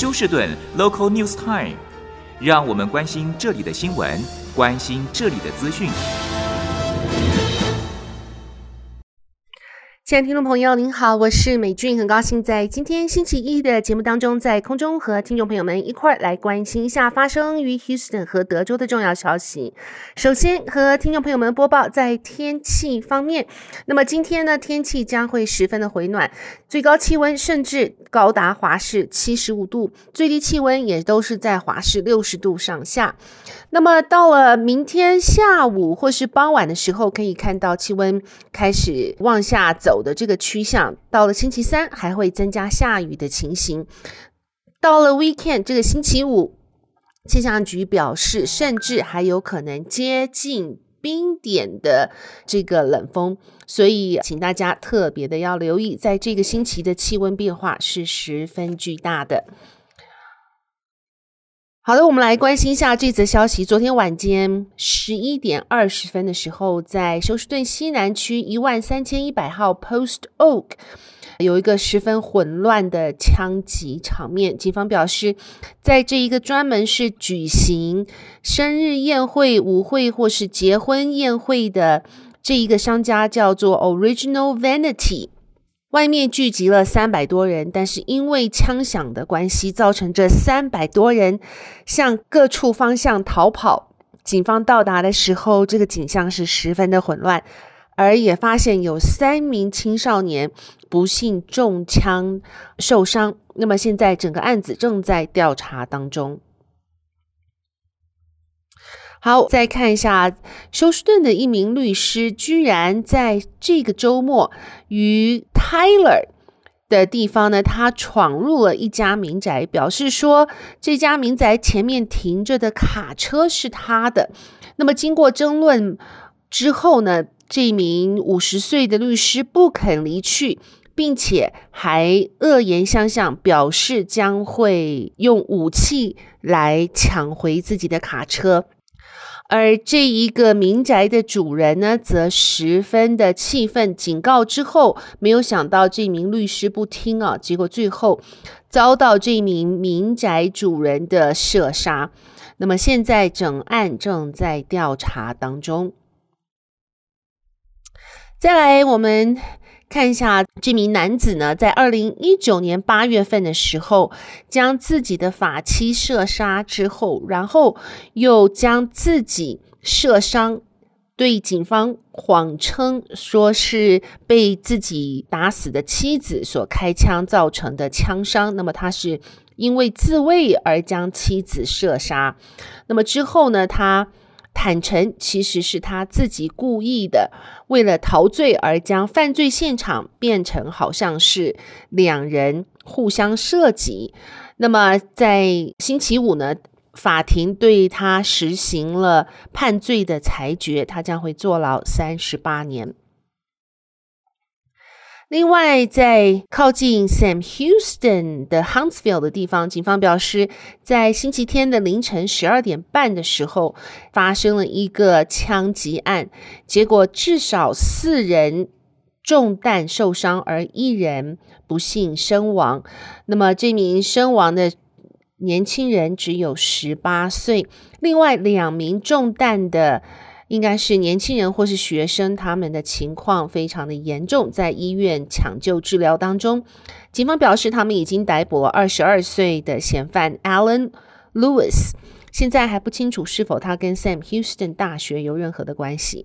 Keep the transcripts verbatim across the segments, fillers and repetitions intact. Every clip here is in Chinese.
休士顿 Local News Time， 让我们关心这里的新闻，关心这里的资讯。 亲爱的听众朋友您好，我是美俊，很高兴在今天星期一的节目当中，在空中和听众朋友们一块来关心一下发生于 Houston 和德州的重要消息。首先和听众朋友们播报在天气方面，那么今天呢，天气将会十分的回暖，最高气温甚至高达华氏七十五度，最低气温也都是在华氏六十度上下。那么到了明天下午或是傍晚的时候，可以看到气温开始往下走的这个趋向，到了星期三还会增加下雨的情形。到了 weekend 这个星期五，气象局表示甚至还有可能接近冰点的这个冷风，所以请大家特别的要留意，在这个星期的气温变化是十分巨大的。好的，我们来关心一下这则消息。昨天晚间十一点二十分的时候，在休斯顿西南区一万三千一百号 Post Oak 有一个十分混乱的枪击场面。警方表示，在这一个专门是举行生日宴会、舞会或是结婚宴会的这一个商家叫做 Original Vanity，外面聚集了三百多人，但是因为枪响的关系，造成这三百多人向各处方向逃跑。警方到达的时候，这个景象是十分的混乱，而也发现有三名青少年不幸中枪受伤。那么现在整个案子正在调查当中。好，再看一下休斯顿的一名律师居然在这个周末于 Tyler 的地方呢，他闯入了一家民宅，表示说这家民宅前面停着的卡车是他的。那么经过争论之后呢，这名五十岁的律师不肯离去，并且还恶言相向，表示将会用武器来抢回自己的卡车。而这一个民宅的主人呢，则十分的气愤，警告之后，没有想到这名律师不听啊，结果最后遭到这名民宅主人的射杀。那么现在整案正在调查当中。再来，我们看一下这名男子呢，在二零一九年八月份的时候，将自己的发妻射杀之后，然后又将自己射伤，对警方谎称说是被自己打死的妻子所开枪造成的枪伤。那么他是因为自卫而将妻子射杀。那么之后呢，他坦诚其实是他自己故意的，为了逃罪而将犯罪现场变成好像是两人互相射击。那么在星期五呢，法庭对他实行了判罪的裁决，他将会坐牢三十八年。另外，在靠近 Sam Houston 的 Huntsville 的地方，警方表示，在星期天的凌晨十二点半的时候，发生了一个枪击案，结果至少四人中弹受伤，而一人不幸身亡。那么这名身亡的年轻人只有十八岁，另外两名中弹的应该是年轻人或是学生，他们的情况非常的严重，在医院抢救治疗当中。警方表示他们已经逮捕了二十二岁的嫌犯 Alan Lewis， 现在还不清楚是否他跟 Sam Houston 大学有任何的关系。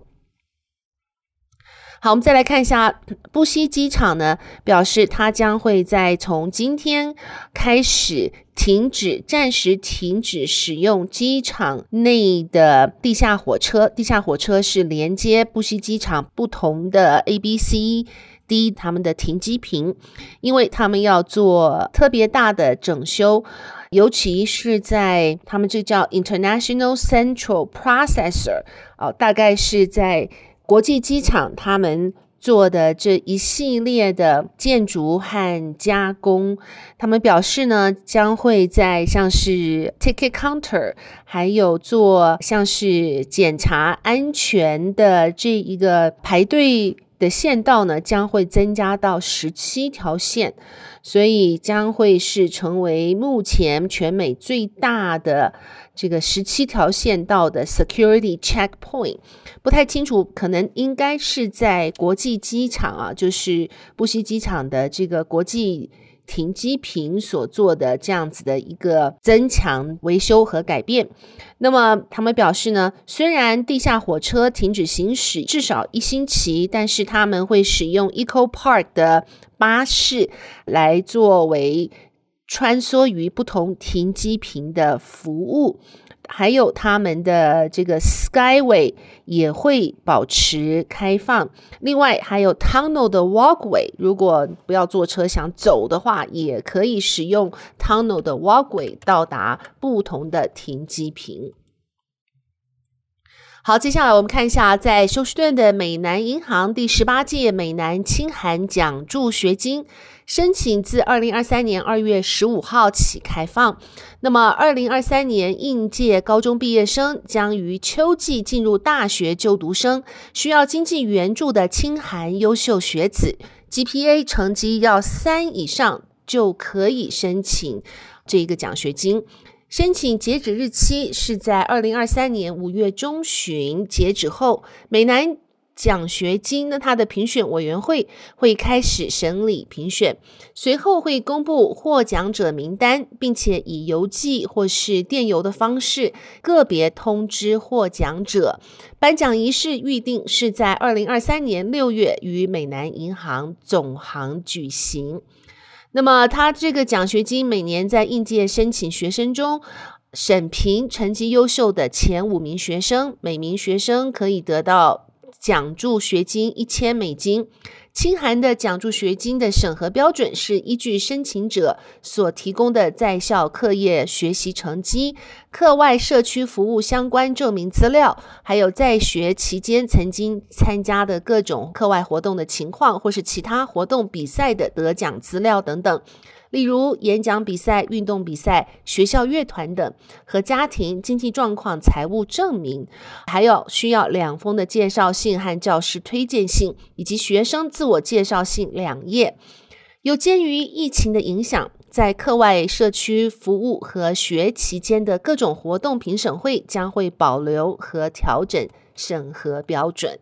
好，我们再来看一下布希机场呢，表示他将会在从今天开始停止暂时停止使用机场内的地下火车。地下火车是连接布希机场不同的 A、B、C、D 他们的停机坪，因为他们要做特别大的整修，尤其是在他们这叫 International Central Processor、哦、大概是在国际机场他们做的这一系列的建筑和加工。他们表示呢，将会在像是 ticket counter 还有做像是检查安全的这一个排队的线道呢将会增加到十七条线，所以将会是成为目前全美最大的这个十七条线道的 security checkpoint。 不太清楚，可能应该是在国际机场啊，就是布希机场的这个国际停机坪所做的这样子的一个增强维修和改变。那么他们表示呢，虽然地下火车停止行驶至少一星期，但是他们会使用 Eco Park 的巴士来作为穿梭于不同停机坪的服务，还有他们的这个 Skyway 也会保持开放。另外还有 Tunnel 的 Walkway， 如果不要坐车想走的话，也可以使用 Tunnel 的 Walkway 到达不同的停机坪。好，接下来我们看一下，在休斯顿的美南银行第十八届美南清寒奖助学金申请自二零二三年二月十五号起开放。那么二零二三年应届高中毕业生将于秋季进入大学就读生，需要经济援助的清寒优秀学子 G P A 成绩要三以上就可以申请这个奖学金。申请截止日期是在二零二三年五月中旬截止后，美南奖学金呢，它的评选委员会会开始审理评选，随后会公布获奖者名单，并且以邮寄或是电邮的方式个别通知获奖者。颁奖仪式预定是在二零二三年六月于美南银行总行举行。那么他这个奖学金每年在应届申请学生中审评成绩优秀的前五名学生，每名学生可以得到奖助学金一千美金。清寒的奖助学金的审核标准是依据申请者所提供的在校课业学习成绩、课外社区服务相关证明资料，还有在学期间曾经参加的各种课外活动的情况，或是其他活动比赛的得奖资料等等。例如演讲比赛、运动比赛、学校乐团等，和家庭经济状况财务证明，还有需要两封的介绍信和教师推荐信，以及学生自我介绍信两页。有鉴于疫情的影响，在课外社区服务和学期间的各种活动评审会将会保留和调整审核标准。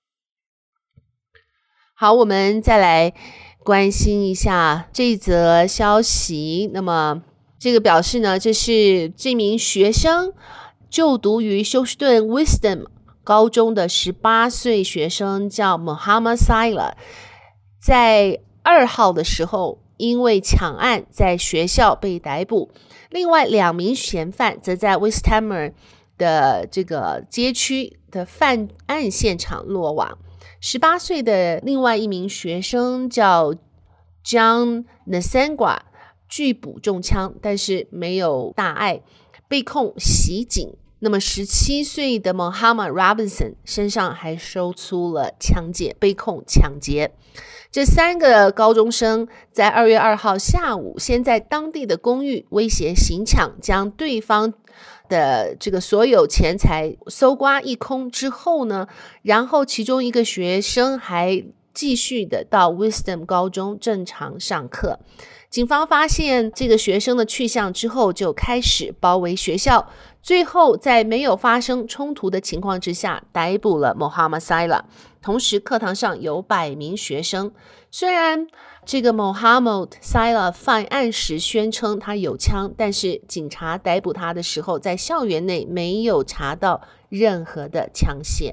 好，我们再来关心一下这则消息。那么这个表示呢，这是这名学生就读于休斯顿 Wisdom 高中的十八岁学生，叫 Mohammed Saila， 在二号的时候因为抢案在学校被逮捕。另外两名嫌犯则在 Westheimer 的这个街区的犯案现场落网。十八岁的另外一名学生叫 John Nasengwa， 拒捕中枪，但是没有大碍，被控袭警。那么十七岁的 Mohammed Robinson 身上还搜出了枪械，被控抢劫。这三个高中生在二月二号下午先在当地的公寓威胁行抢，将对方的这个所有钱财搜刮一空之后呢，然后其中一个学生还继续的到 Wisdom 高中正常上课。警方发现这个学生的去向之后，就开始包围学校，最后在没有发生冲突的情况之下逮捕了 Mohammed Saila。 同时课堂上有百名学生，虽然这个 Mohammed Saila 犯案时宣称他有枪，但是警察逮捕他的时候在校园内没有查到任何的枪械。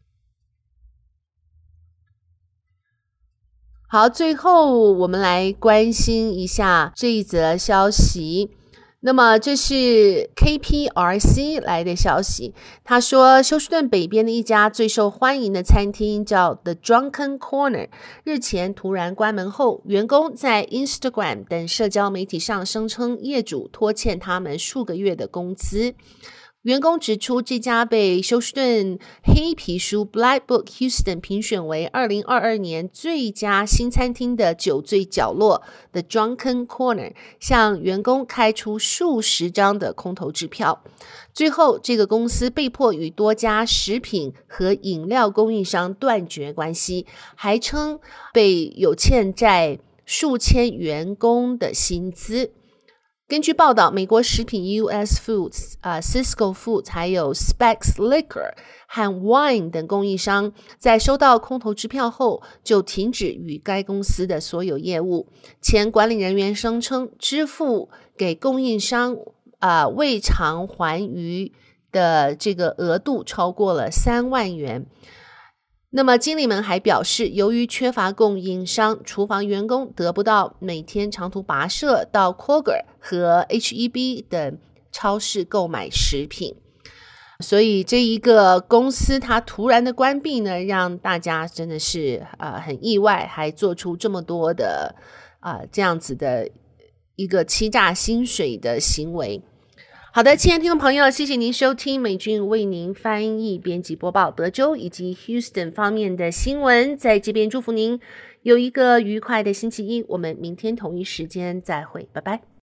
好，最后我们来关心一下这一则消息。那么这是 K P R C 来的消息，他说休斯顿北边的一家最受欢迎的餐厅叫 The Drunken Corner 日前突然关门后，员工在 Instagram 等社交媒体上声称业主拖欠他们数个月的工资。 员工指出，这家被休斯顿黑皮书 Black Book Houston 评选为二零二二年最佳新餐厅的酒醉角落 The Drunken Corner 向员工开出数十张的空头支票。最后，这个公司被迫与多家食品和饮料供应商断绝关系，还称被有欠债数千员工的薪资。根据报道，美国食品 U S Foods、呃、Cisco Foods 还有 Specs Liquor 和 Wine 等供应商在收到空头支票后就停止与该公司的所有业务。前管理人员声称，支付给供应商、呃、未偿还余的这个额度超过了三万元。那么经理们还表示，由于缺乏供应商，厨房员工得不到每天长途跋涉到 Kroger 和 H E B 等超市购买食品。所以这一个公司它突然的关闭呢，让大家真的是、呃、很意外，还做出这么多的、呃、这样子的一个欺诈薪水的行为。好的，亲爱的听众朋友，谢谢您收听美俊为您翻译、编辑、播报德州以及 Houston 方面的新闻，在这边祝福您有一个愉快的星期一，我们明天同一时间再会，拜拜。